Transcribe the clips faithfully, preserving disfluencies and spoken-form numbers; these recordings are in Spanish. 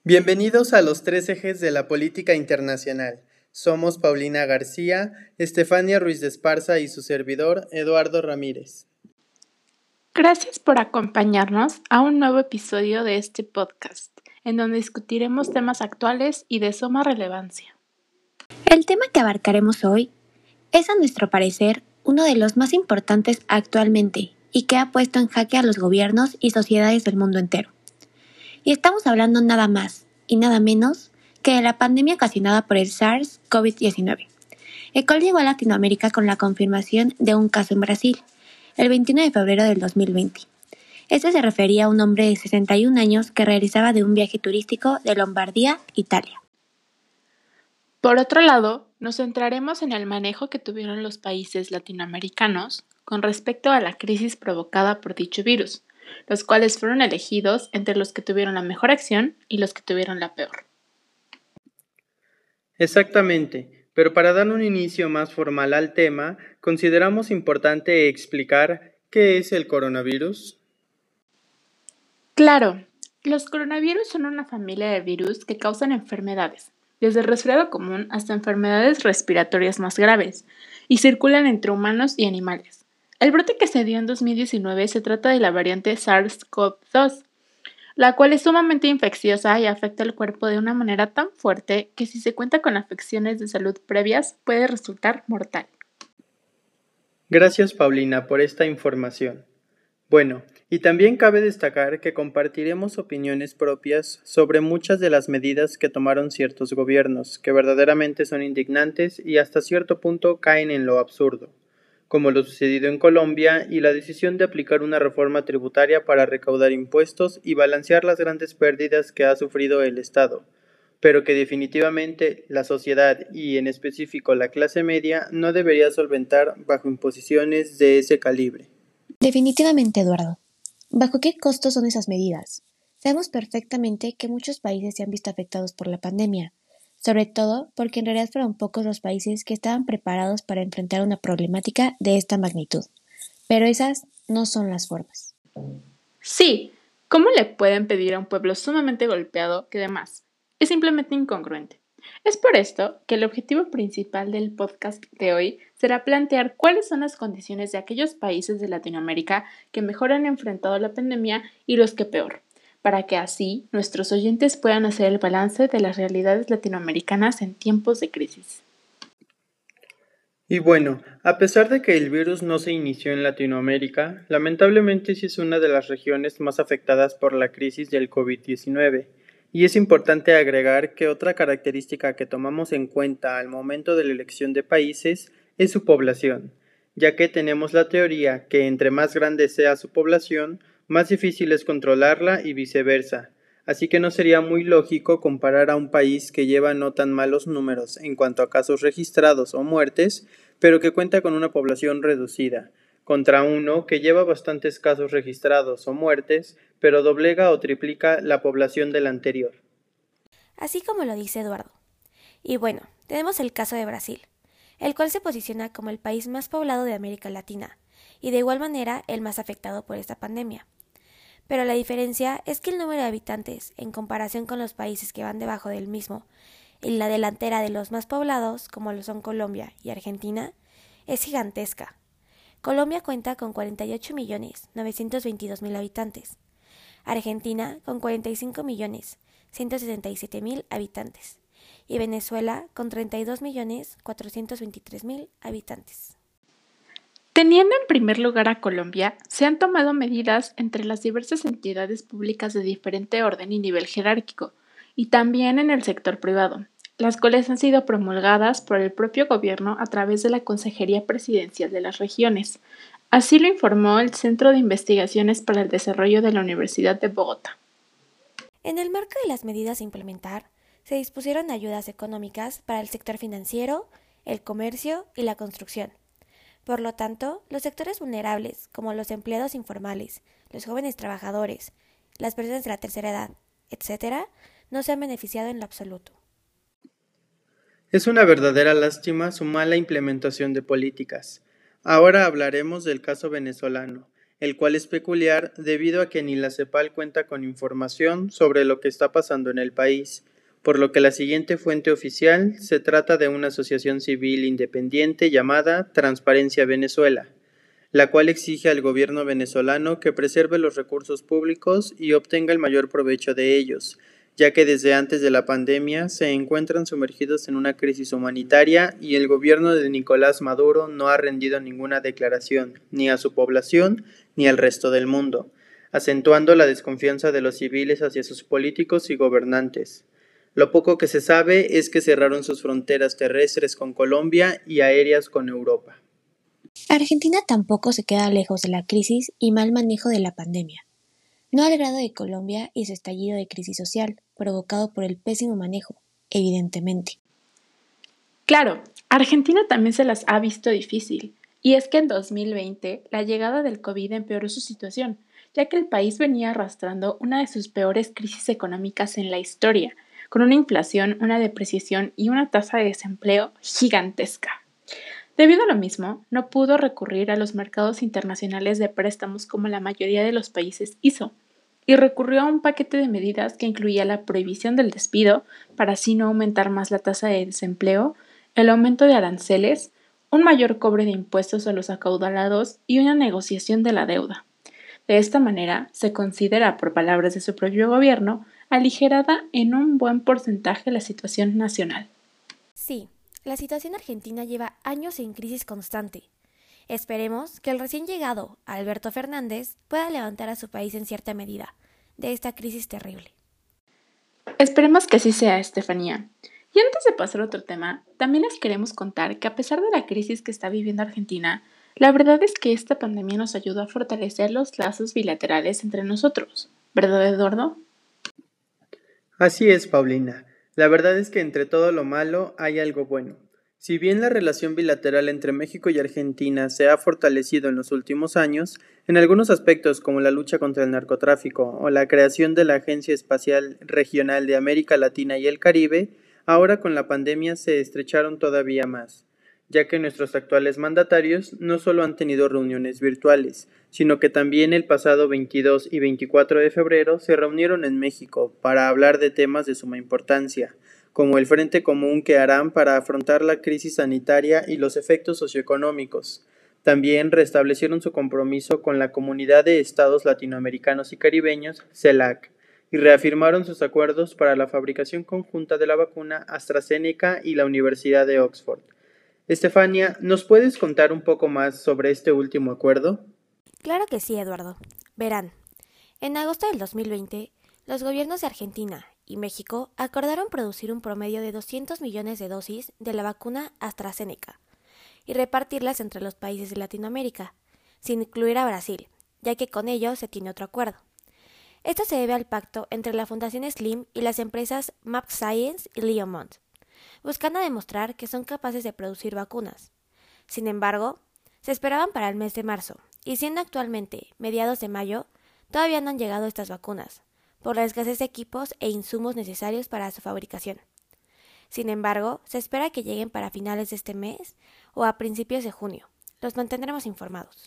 Bienvenidos a los tres ejes de la política internacional. Somos Paulina García, Estefania Ruiz de Esparza y su servidor, Eduardo Ramírez. Gracias por acompañarnos a un nuevo episodio de este podcast, en donde discutiremos temas actuales y de suma relevancia. El tema que abarcaremos hoy es, a nuestro parecer, uno de los más importantes actualmente y que ha puesto en jaque a los gobiernos y sociedades del mundo entero. Y estamos hablando nada más y nada menos que de la pandemia ocasionada por el SARS COVID diecinueve, el cual llegó a Latinoamérica con la confirmación de un caso en Brasil, el veintiuno de febrero del dos mil veinte. Este se refería a un hombre de sesenta y un años que regresaba de un viaje turístico de Lombardía, Italia. Por otro lado, nos centraremos en el manejo que tuvieron los países latinoamericanos con respecto a la crisis provocada por dicho virus, los cuales fueron elegidos entre los que tuvieron la mejor acción y los que tuvieron la peor. Exactamente, pero para dar un inicio más formal al tema, consideramos importante explicar qué es el coronavirus. Claro, los coronavirus son una familia de virus que causan enfermedades, desde el resfriado común hasta enfermedades respiratorias más graves, y circulan entre humanos y animales. El brote que se dio en dos mil diecinueve se trata de la variante SARS-CoV dos, la cual es sumamente infecciosa y afecta al cuerpo de una manera tan fuerte que si se cuenta con afecciones de salud previas puede resultar mortal. Gracias, Paulina, por esta información. Bueno, y también cabe destacar que compartiremos opiniones propias sobre muchas de las medidas que tomaron ciertos gobiernos, que verdaderamente son indignantes y hasta cierto punto caen en lo absurdo, como lo sucedido en Colombia y la decisión de aplicar una reforma tributaria para recaudar impuestos y balancear las grandes pérdidas que ha sufrido el Estado, pero que definitivamente la sociedad y en específico la clase media no debería solventar bajo imposiciones de ese calibre. Definitivamente, Eduardo. ¿Bajo qué costos son esas medidas? Sabemos perfectamente que muchos países se han visto afectados por la pandemia, sobre todo porque en realidad fueron pocos los países que estaban preparados para enfrentar una problemática de esta magnitud. Pero esas no son las formas. Sí, ¿cómo le pueden pedir a un pueblo sumamente golpeado que dé más? Es simplemente incongruente. Es por esto que el objetivo principal del podcast de hoy será plantear cuáles son las condiciones de aquellos países de Latinoamérica que mejor han enfrentado la pandemia y los que peor, para que así nuestros oyentes puedan hacer el balance de las realidades latinoamericanas en tiempos de crisis. Y bueno, a pesar de que el virus no se inició en Latinoamérica, lamentablemente sí es una de las regiones más afectadas por la crisis del COVID diecinueve. Y es importante agregar que otra característica que tomamos en cuenta al momento de la elección de países es su población, ya que tenemos la teoría que entre más grande sea su población, más difícil es controlarla y viceversa. Así que no sería muy lógico comparar a un país que lleva no tan malos números en cuanto a casos registrados o muertes, pero que cuenta con una población reducida, contra uno que lleva bastantes casos registrados o muertes, pero doblega o triplica la población del anterior. Así como lo dice Eduardo. Y bueno, tenemos el caso de Brasil, el cual se posiciona como el país más poblado de América Latina, y de igual manera el más afectado por esta pandemia. Pero la diferencia es que el número de habitantes, en comparación con los países que van debajo del mismo, en la delantera de los más poblados, como lo son Colombia y Argentina, es gigantesca. Colombia cuenta con cuarenta y ocho millones novecientos veintidós mil habitantes, Argentina con cuarenta y cinco millones ciento sesenta y siete mil habitantes y Venezuela con treinta y dos millones cuatrocientos veintitrés mil habitantes. Teniendo en primer lugar a Colombia, se han tomado medidas entre las diversas entidades públicas de diferente orden y nivel jerárquico, y también en el sector privado, las cuales han sido promulgadas por el propio gobierno a través de la Consejería Presidencial de las Regiones. Así lo informó el Centro de Investigaciones para el Desarrollo de la Universidad de Bogotá. En el marco de las medidas a implementar, se dispusieron ayudas económicas para el sector financiero, el comercio y la construcción. Por lo tanto, los sectores vulnerables, como los empleados informales, los jóvenes trabajadores, las personas de la tercera edad, etcétera, no se han beneficiado en lo absoluto. Es una verdadera lástima su mala implementación de políticas. Ahora hablaremos del caso venezolano, el cual es peculiar debido a que ni la CEPAL cuenta con información sobre lo que está pasando en el país, por lo que la siguiente fuente oficial se trata de una asociación civil independiente llamada Transparencia Venezuela, la cual exige al gobierno venezolano que preserve los recursos públicos y obtenga el mayor provecho de ellos, ya que desde antes de la pandemia se encuentran sumergidos en una crisis humanitaria y el gobierno de Nicolás Maduro no ha rendido ninguna declaración, ni a su población ni al resto del mundo, acentuando la desconfianza de los civiles hacia sus políticos y gobernantes. Lo poco que se sabe es que cerraron sus fronteras terrestres con Colombia y aéreas con Europa. Argentina tampoco se queda lejos de la crisis y mal manejo de la pandemia. No al grado de Colombia y su estallido de crisis social, provocado por el pésimo manejo, evidentemente. Claro, Argentina también se las ha visto difícil, y es que en dos mil veinte la llegada del COVID empeoró su situación, ya que el país venía arrastrando una de sus peores crisis económicas en la historia, con una inflación, una depreciación y una tasa de desempleo gigantesca. Debido a lo mismo, no pudo recurrir a los mercados internacionales de préstamos como la mayoría de los países hizo, y recurrió a un paquete de medidas que incluía la prohibición del despido para así no aumentar más la tasa de desempleo, el aumento de aranceles, un mayor cobre de impuestos a los acaudalados y una negociación de la deuda. De esta manera, se considera, por palabras de su propio gobierno, aligerada en un buen porcentaje la situación nacional. Sí, la situación argentina lleva años en crisis constante. Esperemos que el recién llegado, Alberto Fernández, pueda levantar a su país en cierta medida de esta crisis terrible. Esperemos que así sea, Estefanía. Y antes de pasar a otro tema, también les queremos contar que a pesar de la crisis que está viviendo Argentina, la verdad es que esta pandemia nos ayudó a fortalecer los lazos bilaterales entre nosotros. ¿Verdad, Eduardo? Así es, Paulina. La verdad es que entre todo lo malo hay algo bueno. Si bien la relación bilateral entre México y Argentina se ha fortalecido en los últimos años, en algunos aspectos como la lucha contra el narcotráfico o la creación de la Agencia Espacial Regional de América Latina y el Caribe, ahora con la pandemia se estrecharon todavía más, ya que nuestros actuales mandatarios no solo han tenido reuniones virtuales, sino que también el pasado veintidós y veinticuatro de febrero se reunieron en México para hablar de temas de suma importancia, como el frente común que harán para afrontar la crisis sanitaria y los efectos socioeconómicos. También restablecieron su compromiso con la Comunidad de Estados Latinoamericanos y Caribeños, CELAC, y reafirmaron sus acuerdos para la fabricación conjunta de la vacuna AstraZeneca y la Universidad de Oxford. Estefania, ¿nos puedes contar un poco más sobre este último acuerdo? Claro que sí, Eduardo. Verán, en agosto del dos mil veinte, los gobiernos de Argentina y México acordaron producir un promedio de doscientos millones de dosis de la vacuna AstraZeneca y repartirlas entre los países de Latinoamérica, sin incluir a Brasil, ya que con ello se tiene otro acuerdo. Esto se debe al pacto entre la Fundación Slim y las empresas mAbxience y Leomont, buscando demostrar que son capaces de producir vacunas. Sin embargo, se esperaban para el mes de marzo, y siendo actualmente mediados de mayo, todavía no han llegado estas vacunas, por la escasez de equipos e insumos necesarios para su fabricación. Sin embargo, se espera que lleguen para finales de este mes o a principios de junio. Los mantendremos informados.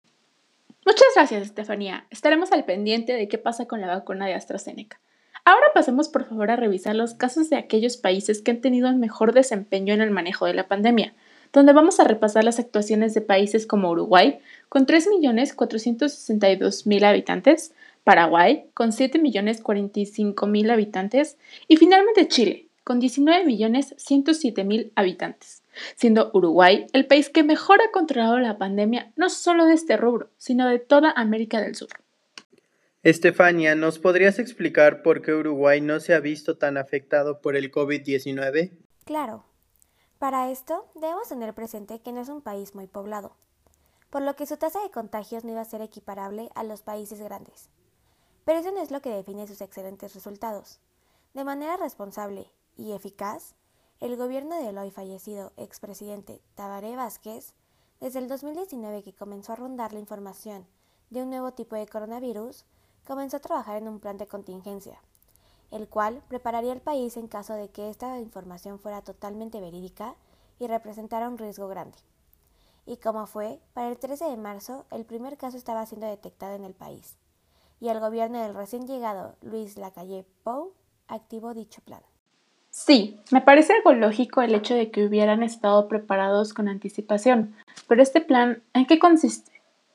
Muchas gracias, Estefanía. Estaremos al pendiente de qué pasa con la vacuna de AstraZeneca. Ahora pasemos por favor a revisar los casos de aquellos países que han tenido un mejor desempeño en el manejo de la pandemia, donde vamos a repasar las actuaciones de países como Uruguay, con tres millones cuatrocientos sesenta y dos mil habitantes, Paraguay, con siete millones cuarenta y cinco mil habitantes, y finalmente Chile, con diecinueve millones ciento siete mil habitantes, siendo Uruguay el país que mejor ha controlado la pandemia no solo de este rubro, sino de toda América del Sur. Estefania, ¿nos podrías explicar por qué Uruguay no se ha visto tan afectado por el COVID diecinueve? Claro. Para esto, debemos tener presente que no es un país muy poblado, por lo que su tasa de contagios no iba a ser equiparable a los países grandes. Pero eso no es lo que define sus excelentes resultados. De manera responsable y eficaz, el gobierno del hoy fallecido expresidente Tabaré Vázquez, desde el dos mil diecinueve que comenzó a rondar la información de un nuevo tipo de coronavirus, comenzó a trabajar en un plan de contingencia, el cual prepararía al país en caso de que esta información fuera totalmente verídica y representara un riesgo grande. Y como fue, para el trece de marzo el primer caso estaba siendo detectado en el país, y el gobierno del recién llegado Luis Lacalle Pou activó dicho plan. Sí, me parece algo lógico el hecho de que hubieran estado preparados con anticipación, pero este plan, ¿en qué consiste?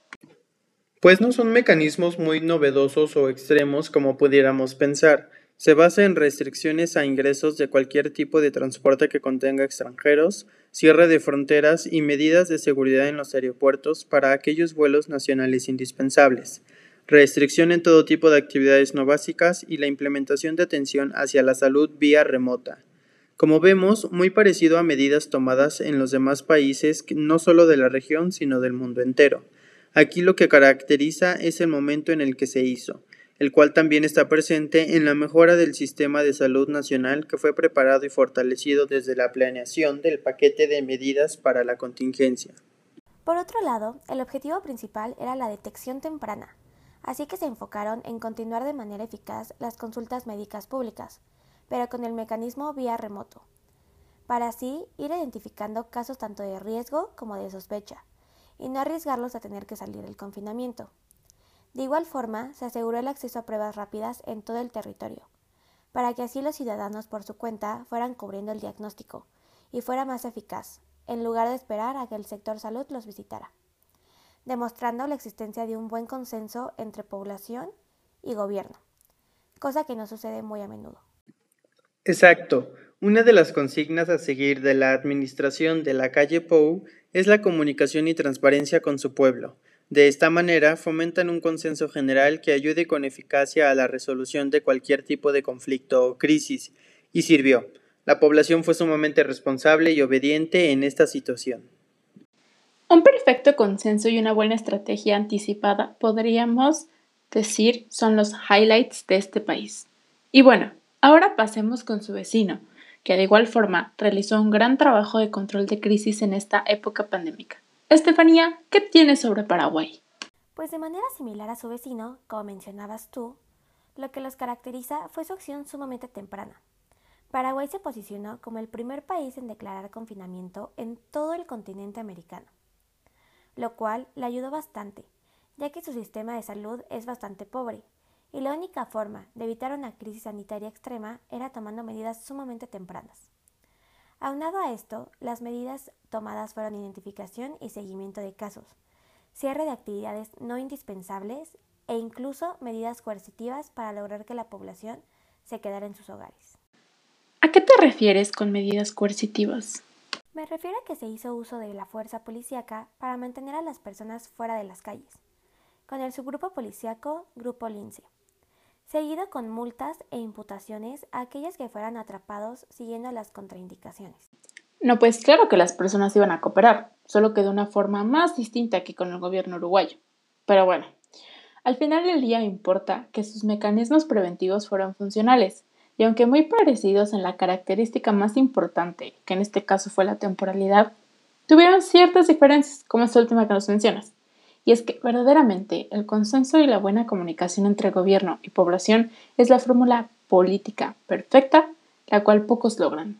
Pues no son mecanismos muy novedosos o extremos como pudiéramos pensar. Se basa en restricciones a ingresos de cualquier tipo de transporte que contenga extranjeros, cierre de fronteras y medidas de seguridad en los aeropuertos para aquellos vuelos nacionales indispensables, restricción en todo tipo de actividades no básicas y la implementación de atención hacia la salud vía remota. Como vemos, muy parecido a medidas tomadas en los demás países no solo de la región sino del mundo entero. Aquí lo que caracteriza es el momento en el que se hizo, el cual también está presente en la mejora del sistema de salud nacional que fue preparado y fortalecido desde la planeación del paquete de medidas para la contingencia. Por otro lado, el objetivo principal era la detección temprana, así que se enfocaron en continuar de manera eficaz las consultas médicas públicas, pero con el mecanismo vía remoto, para así ir identificando casos tanto de riesgo como de sospecha, y no arriesgarlos a tener que salir del confinamiento. De igual forma, se aseguró el acceso a pruebas rápidas en todo el territorio, para que así los ciudadanos por su cuenta fueran cubriendo el diagnóstico y fuera más eficaz, en lugar de esperar a que el sector salud los visitara, demostrando la existencia de un buen consenso entre población y gobierno, cosa que no sucede muy a menudo. Exacto. Una de las consignas a seguir de la administración de Lacalle Pou es la comunicación y transparencia con su pueblo. De esta manera, fomentan un consenso general que ayude con eficacia a la resolución de cualquier tipo de conflicto o crisis, y sirvió. La población fue sumamente responsable y obediente en esta situación. Un perfecto consenso y una buena estrategia anticipada, podríamos decir, son los highlights de este país. Y bueno, ahora pasemos con su vecino, que de igual forma realizó un gran trabajo de control de crisis en esta época pandémica. Estefanía, ¿qué tienes sobre Paraguay? Pues de manera similar a su vecino, como mencionabas tú, lo que los caracteriza fue su acción sumamente temprana. Paraguay se posicionó como el primer país en declarar confinamiento en todo el continente americano, lo cual le ayudó bastante, ya que su sistema de salud es bastante pobre, y la única forma de evitar una crisis sanitaria extrema era tomando medidas sumamente tempranas. Aunado a esto, las medidas tomadas fueron identificación y seguimiento de casos, cierre de actividades no indispensables e incluso medidas coercitivas para lograr que la población se quedara en sus hogares. ¿A qué te refieres con medidas coercitivas? Me refiero a que se hizo uso de la fuerza policíaca para mantener a las personas fuera de las calles, con el subgrupo policíaco Grupo Lince, seguido con multas e imputaciones a aquellos que fueran atrapados siguiendo las contraindicaciones. No, pues claro que las personas iban a cooperar, solo que de una forma más distinta que con el gobierno uruguayo. Pero bueno, al final del día importa que sus mecanismos preventivos fueron funcionales, y aunque muy parecidos en la característica más importante, que en este caso fue la temporalidad, tuvieron ciertas diferencias, como esta última que nos mencionas. Y es que verdaderamente el consenso y la buena comunicación entre gobierno y población es la fórmula política perfecta, la cual pocos logran.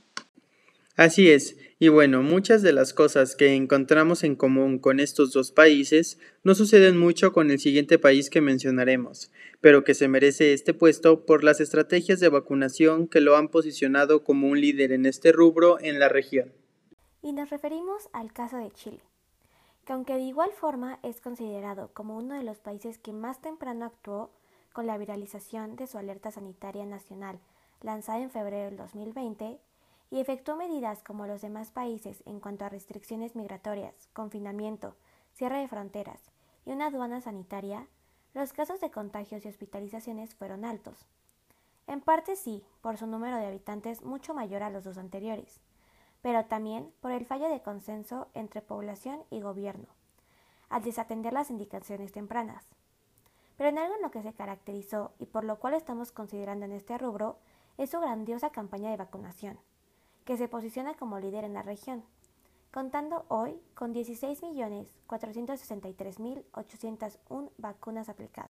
Así es, y bueno, muchas de las cosas que encontramos en común con estos dos países no suceden mucho con el siguiente país que mencionaremos, pero que se merece este puesto por las estrategias de vacunación que lo han posicionado como un líder en este rubro en la región. Y nos referimos al caso de Chile, que aunque de igual forma es considerado como uno de los países que más temprano actuó con la viralización de su alerta sanitaria nacional lanzada en febrero del dos mil veinte, y efectuó medidas como los demás países en cuanto a restricciones migratorias, confinamiento, cierre de fronteras y una aduana sanitaria, los casos de contagios y hospitalizaciones fueron altos. En parte sí, por su número de habitantes mucho mayor a los dos anteriores, pero también por el fallo de consenso entre población y gobierno, al desatender las indicaciones tempranas. Pero en algo en lo que se caracterizó y por lo cual estamos considerando en este rubro es su grandiosa campaña de vacunación, que se posiciona como líder en la región, contando hoy con dieciséis millones cuatrocientos sesenta y tres mil ochocientas una vacunas aplicadas.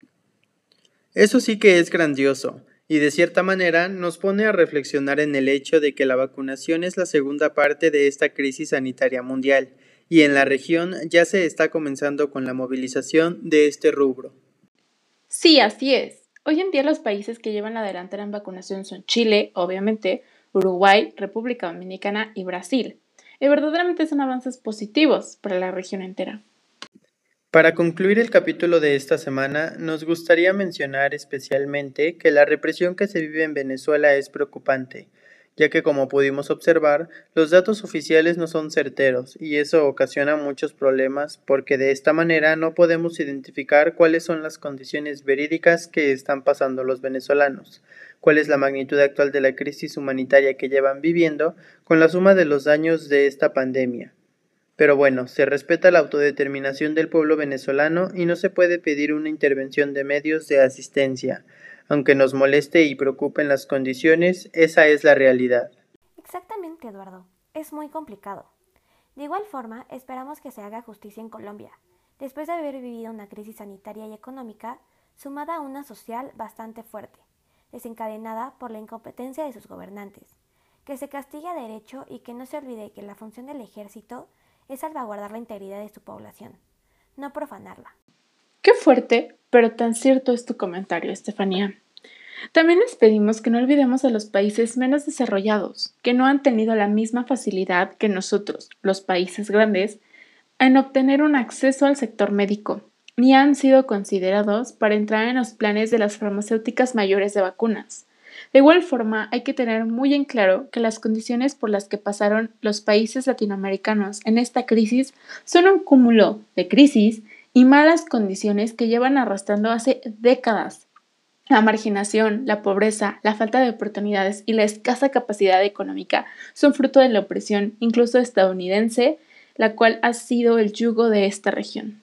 Eso sí que es grandioso, y de cierta manera nos pone a reflexionar en el hecho de que la vacunación es la segunda parte de esta crisis sanitaria mundial, y en la región ya se está comenzando con la movilización de este rubro. Sí, así es. Hoy en día los países que llevan la delantera en vacunación son Chile, obviamente, Uruguay, República Dominicana y Brasil. Y verdaderamente son avances positivos para la región entera. Para concluir el capítulo de esta semana, nos gustaría mencionar especialmente que la represión que se vive en Venezuela es preocupante, ya que como pudimos observar, los datos oficiales no son certeros y eso ocasiona muchos problemas porque de esta manera no podemos identificar cuáles son las condiciones verídicas que están pasando los venezolanos, cuál es la magnitud actual de la crisis humanitaria que llevan viviendo con la suma de los daños de esta pandemia. Pero bueno, se respeta la autodeterminación del pueblo venezolano y no se puede pedir una intervención de medios de asistencia. Aunque nos moleste y preocupen las condiciones, esa es la realidad. Exactamente, Eduardo. Es muy complicado. De igual forma, esperamos que se haga justicia en Colombia, después de haber vivido una crisis sanitaria y económica, sumada a una social bastante fuerte, desencadenada por la incompetencia de sus gobernantes. Que se castigue a derecho y que no se olvide que la función del ejército es salvaguardar la integridad de su población, no profanarla. Qué fuerte, pero tan cierto es tu comentario, Estefanía. También les pedimos que no olvidemos a los países menos desarrollados, que no han tenido la misma facilidad que nosotros, los países grandes, en obtener un acceso al sector médico, ni han sido considerados para entrar en los planes de las farmacéuticas mayores de vacunas. De igual forma, hay que tener muy en claro que las condiciones por las que pasaron los países latinoamericanos en esta crisis son un cúmulo de crisis y malas condiciones que llevan arrastrando hace décadas. La marginación, la pobreza, la falta de oportunidades y la escasa capacidad económica son fruto de la opresión, incluso estadounidense, la cual ha sido el yugo de esta región.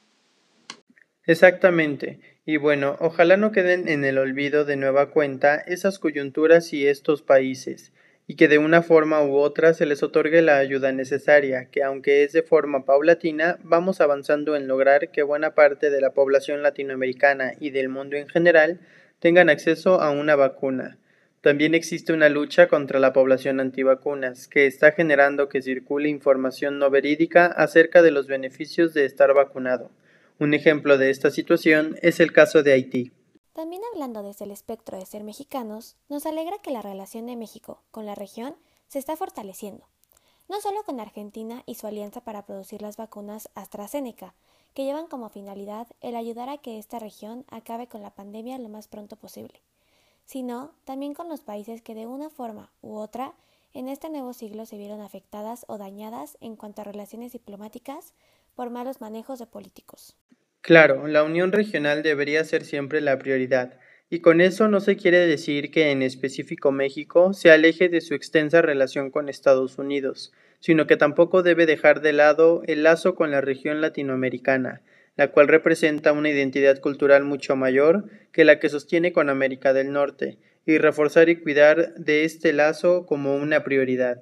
Exactamente. Y bueno, ojalá no queden en el olvido de nueva cuenta esas coyunturas y estos países, y que de una forma u otra se les otorgue la ayuda necesaria, que aunque es de forma paulatina, vamos avanzando en lograr que buena parte de la población latinoamericana y del mundo en general tengan acceso a una vacuna. También existe una lucha contra la población antivacunas, que está generando que circule información no verídica acerca de los beneficios de estar vacunado. Un ejemplo de esta situación es el caso de Haití. También hablando desde el espectro de ser mexicanos, nos alegra que la relación de México con la región se está fortaleciendo, no solo con Argentina y su alianza para producir las vacunas AstraZeneca, que llevan como finalidad el ayudar a que esta región acabe con la pandemia lo más pronto posible, sino también con los países que de una forma u otra en este nuevo siglo se vieron afectadas o dañadas en cuanto a relaciones diplomáticas por malos manejos de políticos. Claro, la unión regional debería ser siempre la prioridad, y con eso no se quiere decir que en específico México se aleje de su extensa relación con Estados Unidos, sino que tampoco debe dejar de lado el lazo con la región latinoamericana, la cual representa una identidad cultural mucho mayor que la que sostiene con América del Norte, y reforzar y cuidar de este lazo como una prioridad.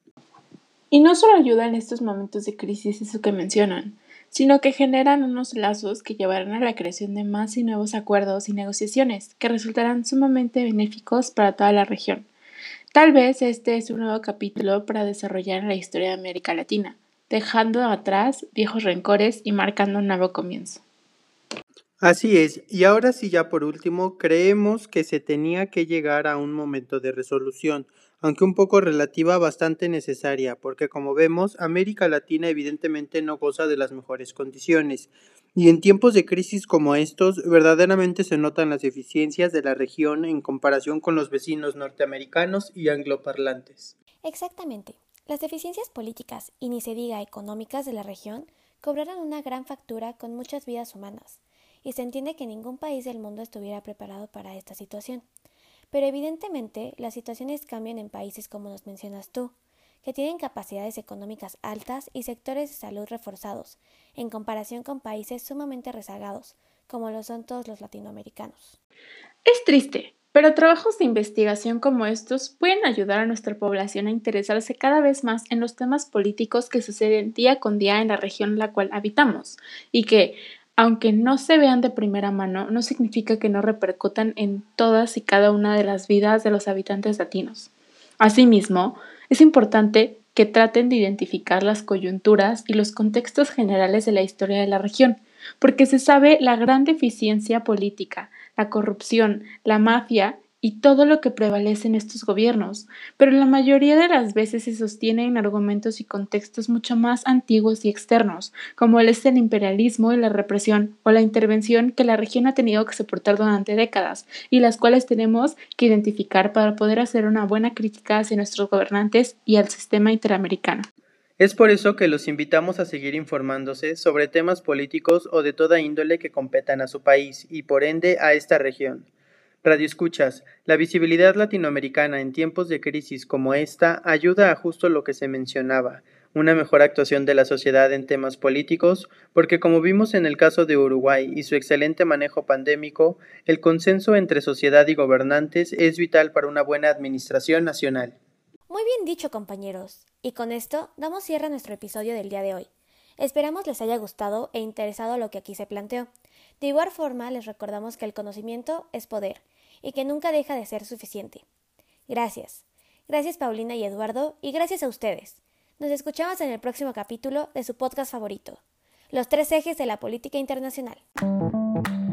Y no solo ayuda en estos momentos de crisis, eso que mencionan, sino que generan unos lazos que llevarán a la creación de más y nuevos acuerdos y negociaciones que resultarán sumamente benéficos para toda la región. Tal vez este es un nuevo capítulo para desarrollar la historia de América Latina, dejando atrás viejos rencores y marcando un nuevo comienzo. Así es, y ahora sí ya por último, creemos que se tenía que llegar a un momento de resolución, aunque un poco relativa, bastante necesaria, porque como vemos, América Latina evidentemente no goza de las mejores condiciones, y en tiempos de crisis como estos, verdaderamente se notan las deficiencias de la región en comparación con los vecinos norteamericanos y angloparlantes. Exactamente. Las deficiencias políticas, y ni se diga económicas de la región, cobraron una gran factura con muchas vidas humanas, y se entiende que ningún país del mundo estuviera preparado para esta situación. Pero evidentemente las situaciones cambian en países como nos mencionas tú, que tienen capacidades económicas altas y sectores de salud reforzados, en comparación con países sumamente rezagados, como lo son todos los latinoamericanos. Es triste, pero trabajos de investigación como estos pueden ayudar a nuestra población a interesarse cada vez más en los temas políticos que suceden día con día en la región en la cual habitamos, y que, aunque no se vean de primera mano, no significa que no repercutan en todas y cada una de las vidas de los habitantes latinos. Asimismo, es importante que traten de identificar las coyunturas y los contextos generales de la historia de la región, porque se sabe la gran deficiencia política, la corrupción, la mafia y todo lo que prevalece en estos gobiernos, pero la mayoría de las veces se sostiene en argumentos y contextos mucho más antiguos y externos, como el es el imperialismo y la represión o la intervención que la región ha tenido que soportar durante décadas y las cuales tenemos que identificar para poder hacer una buena crítica hacia nuestros gobernantes y al sistema interamericano. Es por eso que los invitamos a seguir informándose sobre temas políticos o de toda índole que competan a su país y por ende a esta región. Radio Escuchas, la visibilidad latinoamericana en tiempos de crisis como esta ayuda a justo lo que se mencionaba, una mejor actuación de la sociedad en temas políticos, porque como vimos en el caso de Uruguay y su excelente manejo pandémico, el consenso entre sociedad y gobernantes es vital para una buena administración nacional. Muy bien dicho, compañeros. Y con esto damos cierre a nuestro episodio del día de hoy. Esperamos les haya gustado e interesado lo que aquí se planteó. De igual forma, les recordamos que el conocimiento es poder y que nunca deja de ser suficiente. Gracias. Gracias Paulina y Eduardo y gracias a ustedes. Nos escuchamos en el próximo capítulo de su podcast favorito, Los tres ejes de la política internacional.